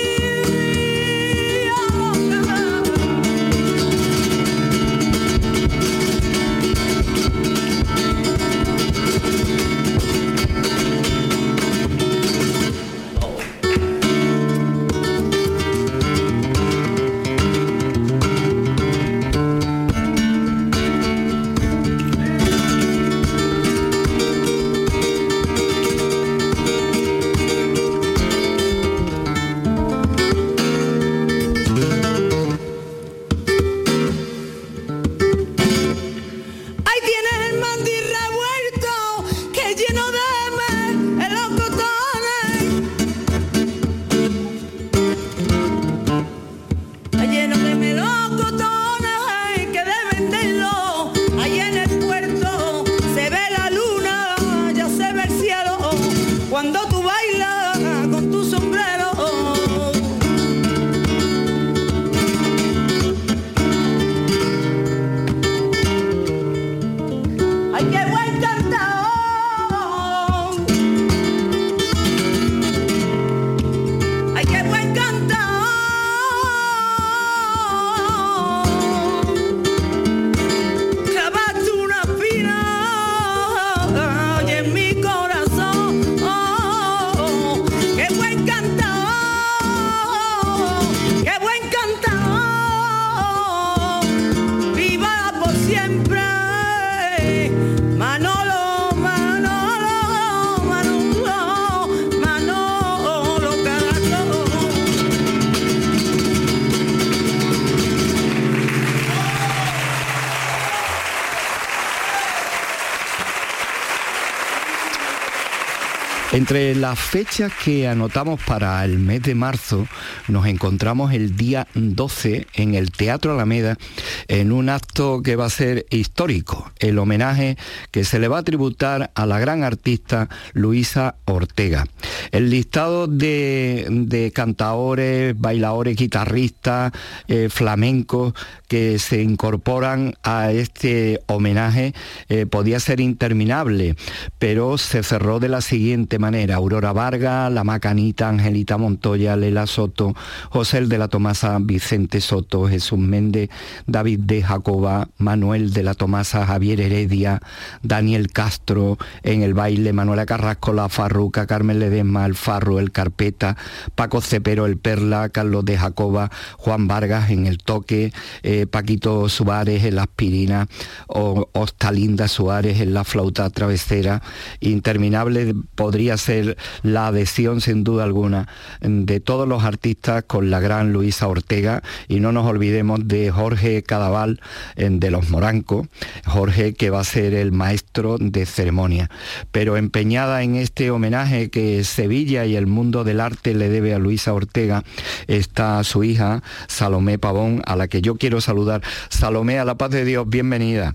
Entre las fechas que anotamos para el mes de marzo, nos encontramos el día doce en el Teatro Alameda, en un acto que va a ser histórico, el homenaje que se le va a tributar a la gran artista Luisa Ortega. El listado de, de cantaores, bailadores, guitarristas, eh, flamencos que se incorporan a este homenaje eh, podía ser interminable, pero se cerró de la siguiente manera: Aurora Vargas, La Macanita, Angelita Montoya, Lela Soto, José el de la Tomasa, Vicente Soto, Jesús Méndez, David de Jacoba, Manuel de la Tomasa, Javier Heredia, Daniel Castro en el baile, Manuela Carrasco, La Farruca, Carmen Ledesma, el Farro, el Carpeta, Paco Cepero, el Perla, Carlos de Jacoba, Juan Vargas en el toque, eh, Paquito Suárez en la aspirina, o Ostalinda Suárez en la flauta travesera. Interminable podría ser la adhesión sin duda alguna de todos los artistas con la gran Luisa Ortega, y no nos olvidemos de Jorge Cadaval de Los Morancos, Jorge que va a ser el maestro de ceremonia. Pero empeñada en este homenaje que Sevilla y el mundo del arte le debe a Luisa Ortega está su hija Salomé Pavón, a la que yo quiero saludar. Salomé, a la paz de Dios, bienvenida.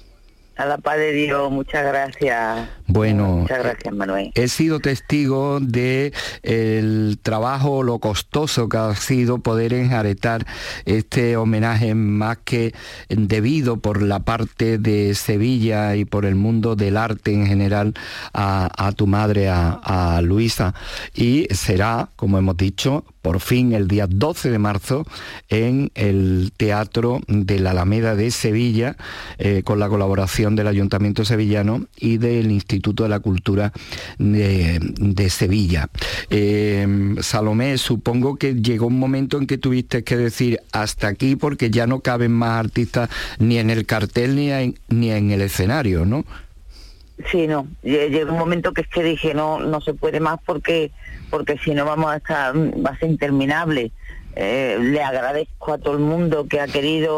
A la paz de Dios, muchas gracias. Bueno, muchas gracias, Manuel. He sido testigo de el trabajo, lo costoso que ha sido poder enjaretar este homenaje más que debido por la parte de Sevilla y por el mundo del arte en general a, a tu madre, a, a Luisa. Y será, como hemos dicho, por fin el día doce de marzo en el Teatro de la Alameda de Sevilla, eh, con la colaboración del Ayuntamiento sevillano y del Instituto de la Cultura de, de Sevilla. Eh, Salomé, supongo que llegó un momento en que tuviste que decir hasta aquí, porque ya no caben más artistas ni en el cartel ni en, ni en el escenario, ¿no? Sí, no. Llegó un momento que es que dije no, no se puede más porque porque si no vamos a estar, va a ser interminable. Eh, le agradezco a todo el mundo que ha querido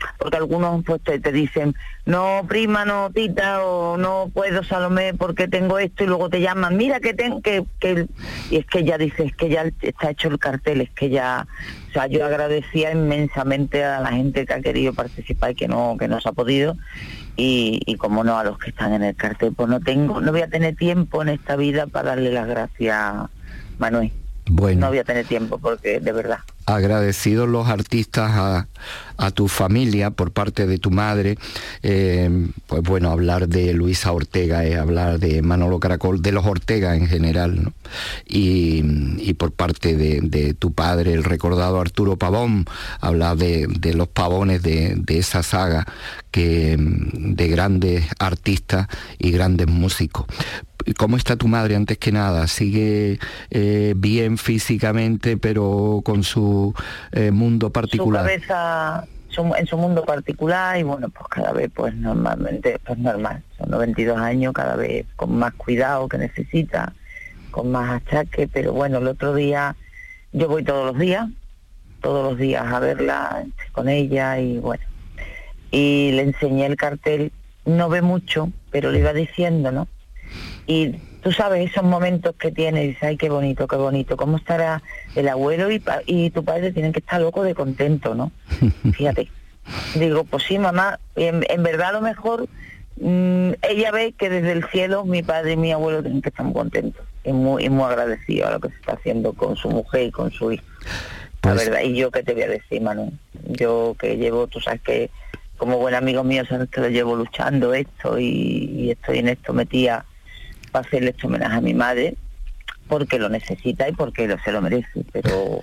porque algunos pues te, te dicen, no prima, no tita, o no puedo Salomé porque tengo esto, y luego te llaman, mira que tengo que, que... Y es que ya dices, es que ya está hecho el cartel, es que ya... O sea, yo agradecía inmensamente a la gente que ha querido participar y que no, que no se ha podido, y, y como no, a los que están en el cartel, pues no tengo, no voy a tener tiempo en esta vida para darle las gracias, Manuel. Bueno. No voy a tener tiempo porque, de verdad. Agradecidos los artistas a, a tu familia por parte de tu madre, eh, pues bueno, hablar de Luisa Ortega es hablar de Manolo Caracol, de los Ortega en general, ¿no? Y, y por parte de, de tu padre, el recordado Arturo Pavón, hablar de, de los pavones de, de esa saga, que, de grandes artistas y grandes músicos. ¿Cómo está tu madre antes que nada? ¿Sigue eh, bien físicamente, pero con su eh, mundo particular? Su cabeza su, en su mundo particular, y bueno, pues cada vez pues normalmente, pues normal, son noventa y dos años, cada vez con más cuidado que necesita, con más achaque, pero bueno, el otro día, yo voy todos los días, todos los días a verla con ella, y bueno, y le enseñé el cartel, no ve mucho, pero le iba diciendo, ¿no? Y tú sabes esos momentos que tiene, y dices, ay, qué bonito, qué bonito, cómo estará el abuelo y, pa- y tu padre tienen que estar locos de contento, ¿no? Fíjate. Digo, pues sí, mamá, en, en verdad a lo mejor mmm, ella ve que desde el cielo mi padre y mi abuelo tienen que estar muy contentos y muy, y muy agradecidos a lo que se está haciendo con su mujer y con su hijo. Pues... La verdad, y yo qué te voy a decir, Manu, yo que llevo, tú sabes que como buen amigo mío, sabes que lo llevo luchando esto y, y estoy en esto metida para hacerle este homenaje a mi madre, porque lo necesita y porque lo, se lo merece, pero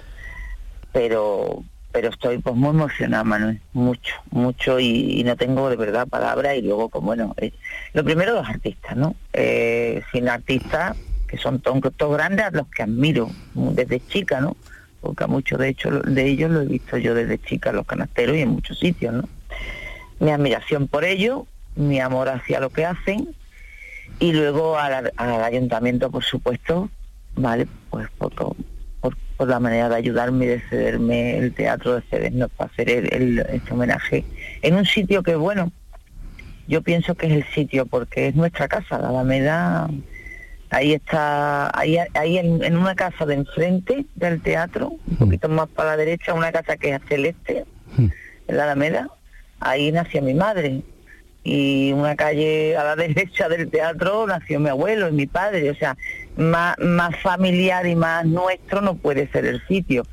pero pero estoy pues muy emocionada, Manuel, mucho, mucho, y, y no tengo de verdad palabras. Y luego, como bueno, eh, lo primero los artistas, ¿no? Eh, sin artistas, que son todos grandes, a los que admiro desde chica, ¿no? Porque a muchos de hecho de ellos lo he visto yo desde chica, los canasteros y en muchos sitios, ¿no? Mi admiración por ellos, mi amor hacia lo que hacen, y luego al, al ayuntamiento, por supuesto, vale, pues por, por, por la manera de ayudarme y de cederme el teatro, de cedernos para hacer el, el, este homenaje en un sitio que, bueno, yo pienso que es el sitio, porque es nuestra casa, la Alameda. Ahí está, ahí, ahí en, en una casa de enfrente del teatro, un poquito más para la derecha, una casa que es celeste, en la Alameda. Ahí nació mi madre. Y una calle a la derecha del teatro nació mi abuelo y mi padre. O sea, más, más familiar y más nuestro no puede ser el sitio.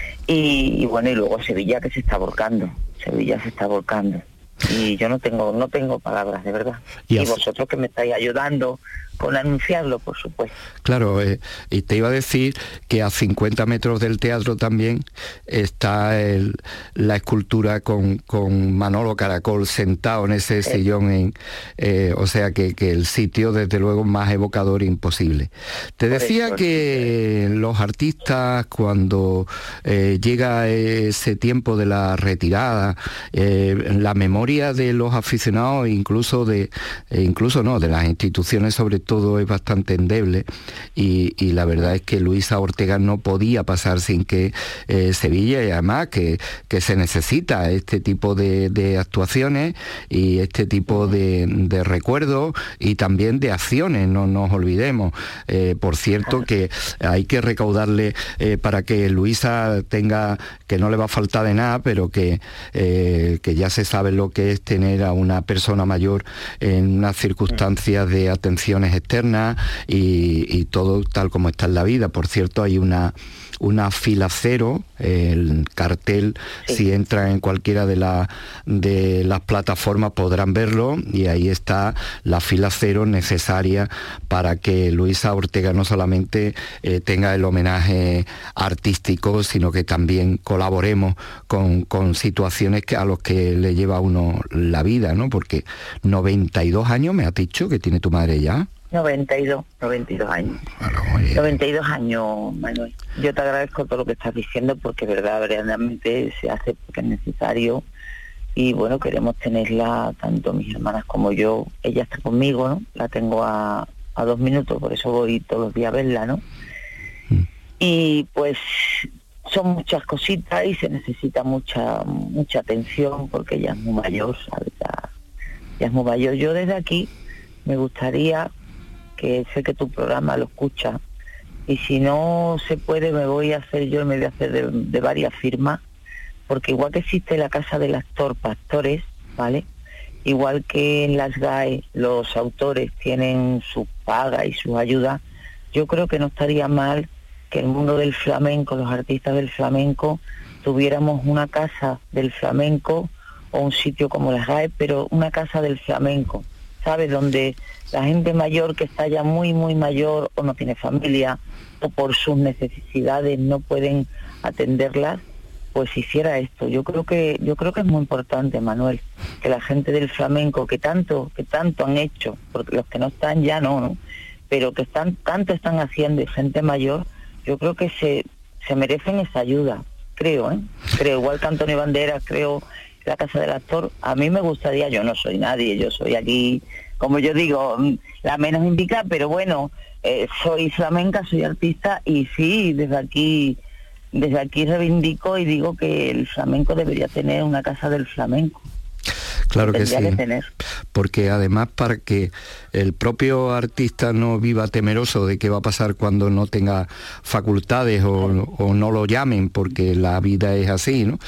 Y, y bueno, y luego Sevilla, que se está volcando. Sevilla se está volcando. Y yo no tengo no tengo palabras, de verdad. Y, y vosotros que me estáis ayudando con anunciarlo, por supuesto. Claro, eh, y te iba a decir que a cincuenta metros del teatro también está el, la escultura con, con Manolo Caracol sentado en ese eh. sillón, en, eh, o sea que, que el sitio desde luego más evocador imposible. Te por decía eso, que sí. Los artistas, cuando eh, llega ese tiempo de la retirada, eh, la memoria de los aficionados, incluso de eh, incluso no, de las instituciones sobre todo, es bastante endeble, y, y la verdad es que Luisa Ortega no podía pasar sin que eh, Sevilla, y además que, que se necesita este tipo de, de actuaciones y este tipo de, de recuerdos y también de acciones, no nos olvidemos. Eh, por cierto, que hay que recaudarle eh, para que Luisa tenga, que no le va a faltar de nada, pero que, eh, que ya se sabe lo que es tener a una persona mayor en unas circunstancias de atenciones externas y, y todo tal como está en la vida. Por cierto, hay una una fila cero, el cartel, sí. Si entran en cualquiera de, la, de las plataformas podrán verlo, y ahí está la fila cero necesaria para que Luisa Ortega no solamente eh, tenga el homenaje artístico, sino que también colaboremos con, con situaciones que, a los que le lleva a uno la vida, ¿no? Porque noventa y dos años me has dicho que tiene tu madre ya. noventa y dos, noventa y dos años. Bueno, noventa y dos años, Manuel. Yo te agradezco todo lo que estás diciendo, porque verdad, verdaderamente se hace porque es necesario, y bueno, queremos tenerla, tanto mis hermanas como yo. Ella está conmigo, ¿no? La tengo a, a dos minutos, por eso voy todos los días a verla, ¿no? Mm. Y pues son muchas cositas y se necesita mucha mucha atención porque ella es muy mayor, ¿sabes? Ya, ya es muy mayor. Yo desde aquí me gustaría, que sé que tu programa lo escucha, y si no se puede me voy a hacer yo, me voy a hacer de, de varias firmas, porque igual que existe la Casa del Actor Pastores, ¿vale? Igual que en las G A E los autores tienen su paga y sus ayudas, yo creo que no estaría mal que el mundo del flamenco, los artistas del flamenco, tuviéramos una casa del flamenco o un sitio como las G A E, pero una casa del flamenco, ¿sabes? Donde la gente mayor que está ya muy, muy mayor o no tiene familia o por sus necesidades no pueden atenderlas, pues hiciera esto. Yo creo que yo creo que es muy importante, Manuel, que la gente del flamenco que tanto que tanto han hecho, porque los que no están ya no, ¿no? Pero que están tanto están haciendo y gente mayor, yo creo que se se merecen esa ayuda, creo, ¿eh? Creo, igual que Antonio Banderas, creo la Casa del Actor. A mí me gustaría, yo no soy nadie, yo soy aquí, como yo digo, la menos indicada, pero bueno, eh, soy flamenca, soy artista y sí, desde aquí desde aquí reivindico y digo que el flamenco debería tener una casa del flamenco. Claro que sí, que tener. Porque además, para que el propio artista no viva temeroso de qué va a pasar cuando no tenga facultades o, o no lo llamen, porque la vida es así, ¿no?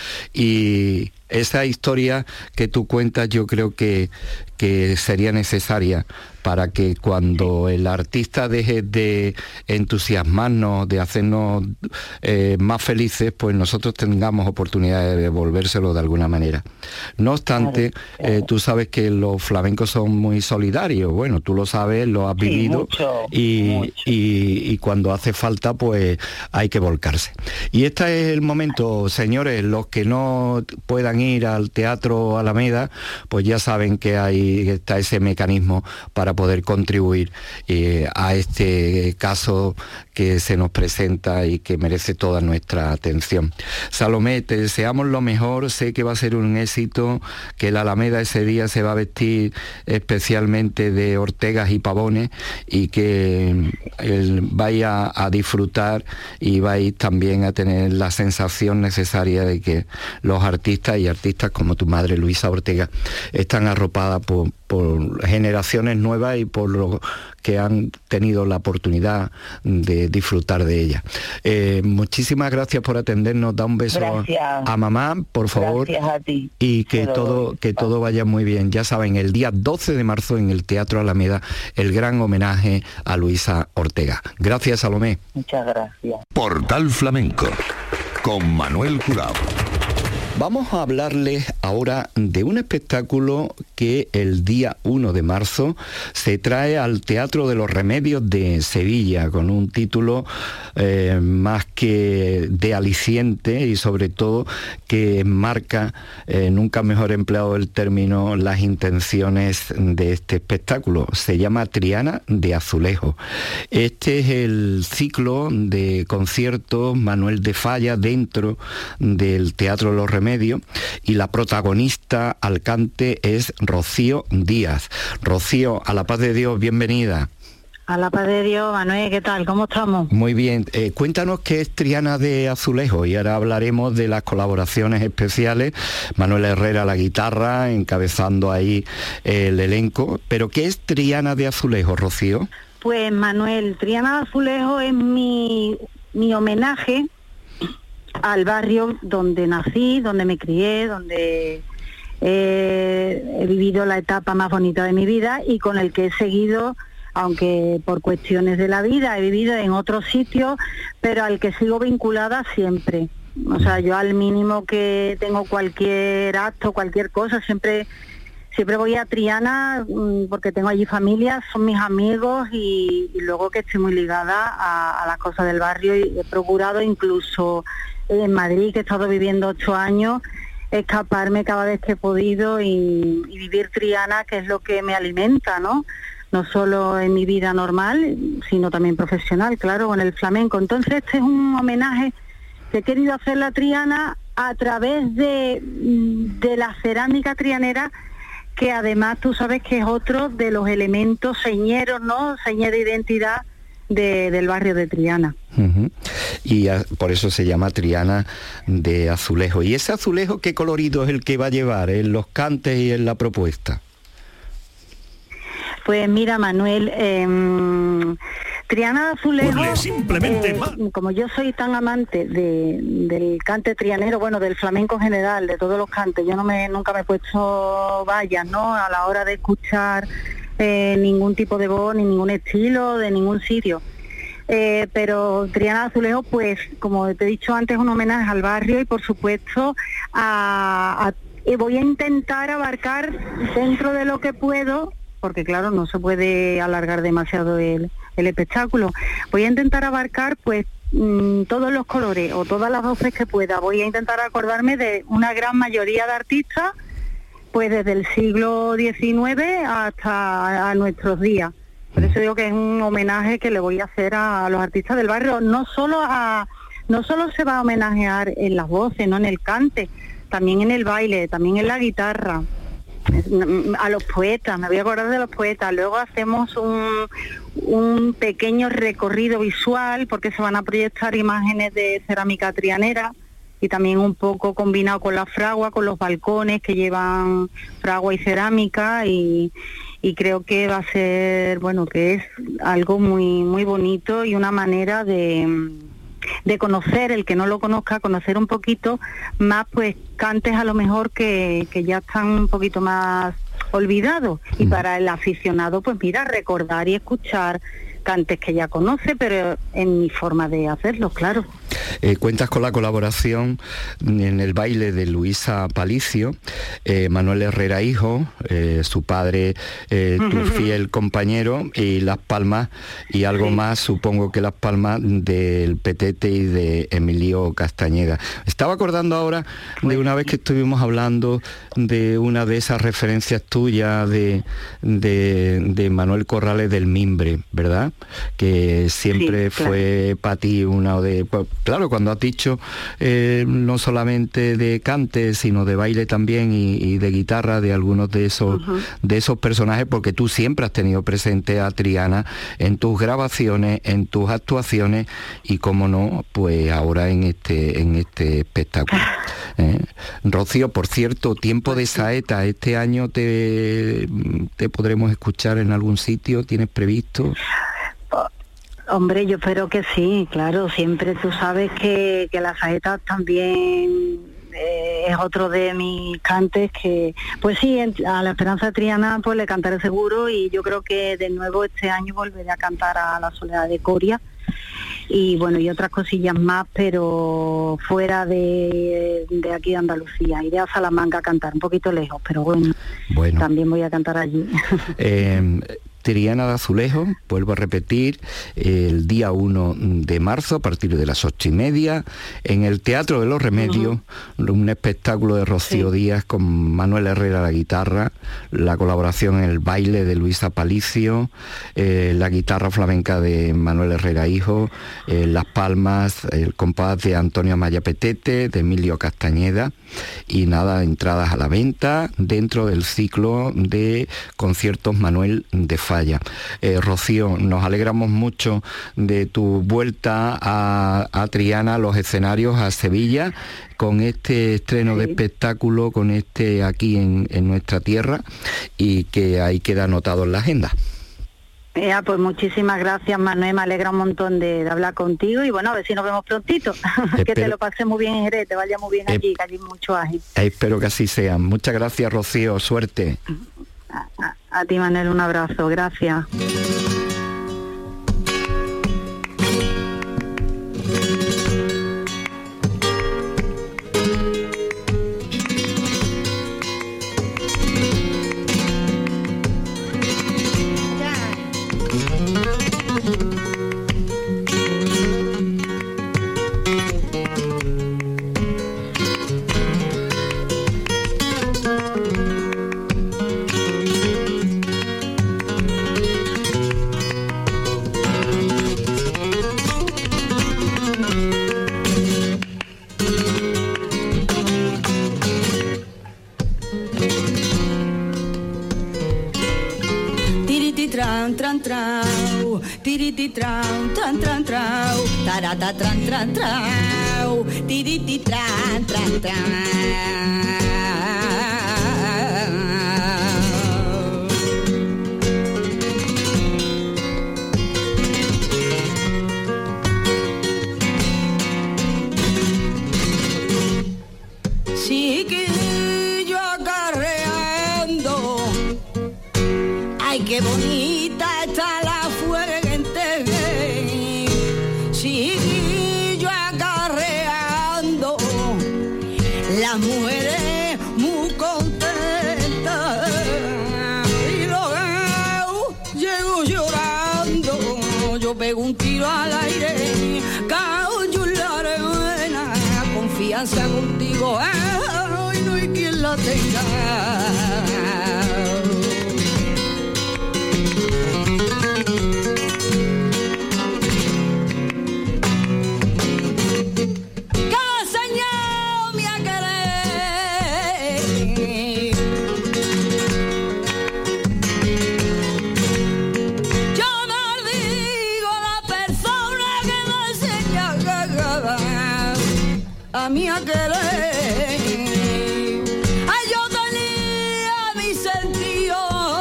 Y esa historia que tú cuentas yo creo que, que sería necesaria para que cuando el artista deje de entusiasmarnos, de hacernos eh, más felices, pues nosotros tengamos oportunidad de devolvérselo de alguna manera. No obstante, claro, claro. Eh, tú sabes que los flamencos son muy solidarios, bueno, tú lo sabes, lo has sí, vivido, mucho, y, mucho. Y, y cuando hace falta, pues hay que volcarse. Y este es el momento, señores, los que no puedan ir al Teatro Alameda, pues ya saben que ahí está ese mecanismo para poder contribuir eh, a este caso que se nos presenta y que merece toda nuestra atención. Salomé, te deseamos lo mejor, sé que va a ser un éxito, que la Alameda ese día se va a vestir especialmente de ortegas y pavones y que eh, vaya a disfrutar y vais también a tener la sensación necesaria de que los artistas y artistas como tu madre Luisa Ortega están arropadas por, por generaciones nuevas y por los que han tenido la oportunidad de disfrutar de ella. Eh, muchísimas gracias por atendernos, da un beso gracias. a mamá, por favor. Gracias a ti. Y que todo, que todo vaya muy bien. Ya saben, el día doce de marzo en el Teatro Alameda, el gran homenaje a Luisa Ortega. Gracias, Salomé. Muchas gracias. Portal Flamenco, con Manuel Curao. Vamos a hablarles ahora de un espectáculo que el día uno de marzo se trae al Teatro de los Remedios de Sevilla, con un título eh, más que de aliciente y sobre todo que marca, eh, nunca mejor empleado el término, las intenciones de este espectáculo. Se llama Triana de Azulejo. Este es el ciclo de conciertos Manuel de Falla dentro del Teatro de los Remedios, y la protagonista al cante es Rocío Díaz. Rocío, a la paz de Dios, bienvenida. A la paz de Dios, Manuel, ¿qué tal? ¿Cómo estamos? Muy bien. Eh, cuéntanos qué es Triana de Azulejo y ahora hablaremos de las colaboraciones especiales. Manuel Herrera a la guitarra, encabezando ahí el elenco. Pero ¿qué es Triana de Azulejo, Rocío? Pues Manuel, Triana de Azulejo es mi, mi homenaje al barrio donde nací, donde me crié, donde eh, he vivido la etapa más bonita de mi vida y con el que he seguido, aunque por cuestiones de la vida he vivido en otros sitios, pero al que sigo vinculada siempre. O sea, yo al mínimo que tengo cualquier acto, cualquier cosa, siempre siempre voy a Triana porque tengo allí familia, son mis amigos y, y luego que estoy muy ligada a, a las cosas del barrio y he procurado incluso en Madrid, que he estado viviendo ocho años, escaparme cada vez que he podido y, y vivir Triana, que es lo que me alimenta, ¿no? No solo en mi vida normal, sino también profesional, claro, con el flamenco. Entonces este es un homenaje que he querido hacer la Triana a través de, de la cerámica trianera, que además tú sabes que es otro de los elementos señeros, ¿no? Seña de identidad de, del barrio de Triana. Uh-huh. y a, por eso se llama Triana de Azulejo. ¿Y ese azulejo qué colorido es el que va a llevar en los cantes y en la propuesta? Pues mira, Manuel, eh, Triana de Azulejo, Ponle simplemente eh, ma- como yo soy tan amante de, del cante trianero, bueno, del flamenco en general, de todos los cantes, yo no me nunca me he puesto vallas, ¿no?, a la hora de escuchar eh, ningún tipo de voz, ni ningún estilo, de ningún sitio. Eh, pero Triana de Azulejo, pues, como te he dicho antes, es un homenaje al barrio y, por supuesto, a, a, y voy a intentar abarcar dentro de lo que puedo, porque claro, no se puede alargar demasiado el, el espectáculo. Voy a intentar abarcar pues mmm, todos los colores o todas las voces que pueda. Voy a intentar acordarme de una gran mayoría de artistas, pues desde el siglo diecinueve hasta a nuestros días. Por eso digo que es un homenaje que le voy a hacer a, a los artistas del barrio. No solo a, no solo se va a homenajear en las voces, no en el cante, también en el baile, también en la guitarra. A los poetas, me voy a acordar de los poetas. Luego hacemos un, un pequeño recorrido visual porque se van a proyectar imágenes de cerámica trianera y también un poco combinado con la fragua, con los balcones que llevan fragua y cerámica, y, y creo que va a ser, bueno, que es algo muy muy bonito y una manera de de conocer, el que no lo conozca, conocer un poquito más, pues, cantes a lo mejor que, que ya están un poquito más olvidados. Y para el aficionado, pues mira, recordar y escuchar cantes que ya conoce, pero en mi forma de hacerlo, claro. Eh, cuentas con la colaboración en el baile de Luisa Palicio, eh, Manuel Herrera hijo, eh, su padre, eh, tu fiel compañero, y las palmas y algo sí. más, supongo que las palmas del Petete y de Emilio Castañeda. Estaba acordando ahora de una vez que estuvimos hablando de una de esas referencias tuyas de, de, de Manuel Corrales del Mimbre, ¿verdad? Que siempre sí, claro. fue para ti una de... Pues, claro, cuando has dicho eh, no solamente de cante, sino de baile también y, y de guitarra de algunos de esos uh-huh. de esos personajes, porque tú siempre has tenido presente a Triana en tus grabaciones, en tus actuaciones y, como no, pues ahora en este en este espectáculo. ¿Eh? Rocío, por cierto, tiempo de saeta, ¿este año te, te podremos escuchar en algún sitio? ¿Tienes previsto? Hombre, yo espero que sí, claro, siempre tú sabes que, que la saeta también eh, es otro de mis cantes que, pues sí, en, a la Esperanza Triana pues le cantaré seguro, y yo creo que de nuevo este año volveré a cantar a la Soledad de Coria y bueno, y otras cosillas más, pero fuera de, de aquí de Andalucía. Iré a Salamanca a cantar, un poquito lejos, pero bueno, bueno. también voy a cantar allí. Eh... Triana de Azulejo, vuelvo a repetir, el día uno de marzo a partir de las ocho y media en el Teatro de los Remedios, uh-huh. un espectáculo de Rocío sí. Díaz con Manuel Herrera a la guitarra, la colaboración en el baile de Luisa Palicio, eh, la guitarra flamenca de Manuel Herrera hijo, eh, las palmas, el compás de Antonio Amaya Petete, de Emilio Castañeda, y nada, entradas a la venta dentro del ciclo de conciertos Manuel de Falla. Eh, Rocío, nos alegramos mucho de tu vuelta a, a Triana, a los escenarios, a Sevilla, con este estreno sí. de espectáculo, con este aquí en, en nuestra tierra, y que ahí queda anotado en la agenda. Ya, pues muchísimas gracias, Manuel, me alegra un montón de, de hablar contigo, y bueno, a ver si nos vemos prontito. Que te lo pases muy bien en Jerez, te vaya muy bien allí, que hay mucho ágil. Espero que así sea. Muchas gracias, Rocío, suerte. A, a, a ti, Manuel, un abrazo, gracias. tran tran trau, tiriti tran tran tran trau, tarata tran tran trau, tiriti tran tran trau. Chiquillo acarreando, ay qué bonita está la fuente. Chiquillo acarreando, las mujeres muy contentas y luego llego llorando, yo pego un tiro al aire, caucho la arena, confianza contigo. Ay, no hay quien la tenga. A mí a querer, ay yo tenía mi sentido,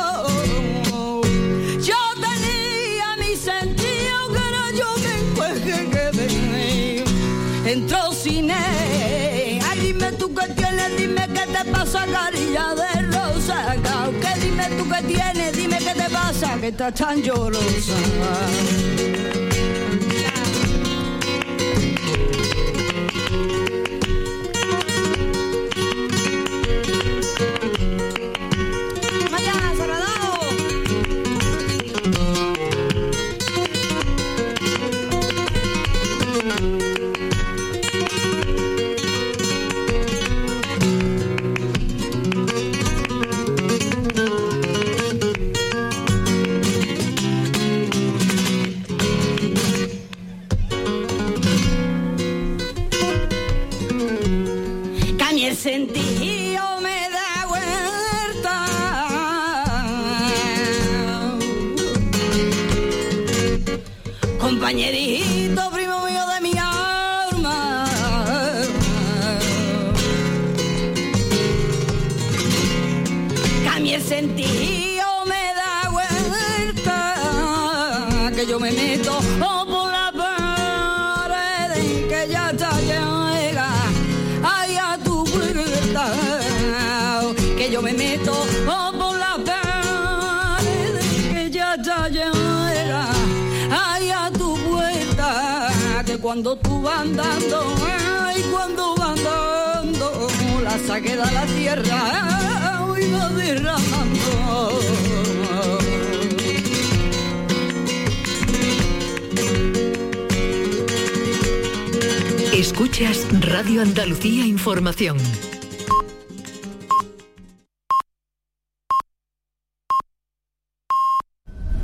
yo tenía mi sentido que era yo después que quedé, entró cine, ay dime tú qué tienes, dime qué te pasa carilla de rosa, que dime tú qué tienes, dime qué te pasa, que estás tan llorosa. Sentido me da vuelta, compañerito, primo mío de mi alma, cambie el sentido me da vuelta, que yo me meto oh, por la pared, que ya está llega, ay a tu puerta, que yo me meto oh, por la pared, que ya está llega, ay a tu puerta, que cuando tú vas andando, ay cuando vas andando, la saqué de la tierra, y va derramando. Escuchas Radio Andalucía Información.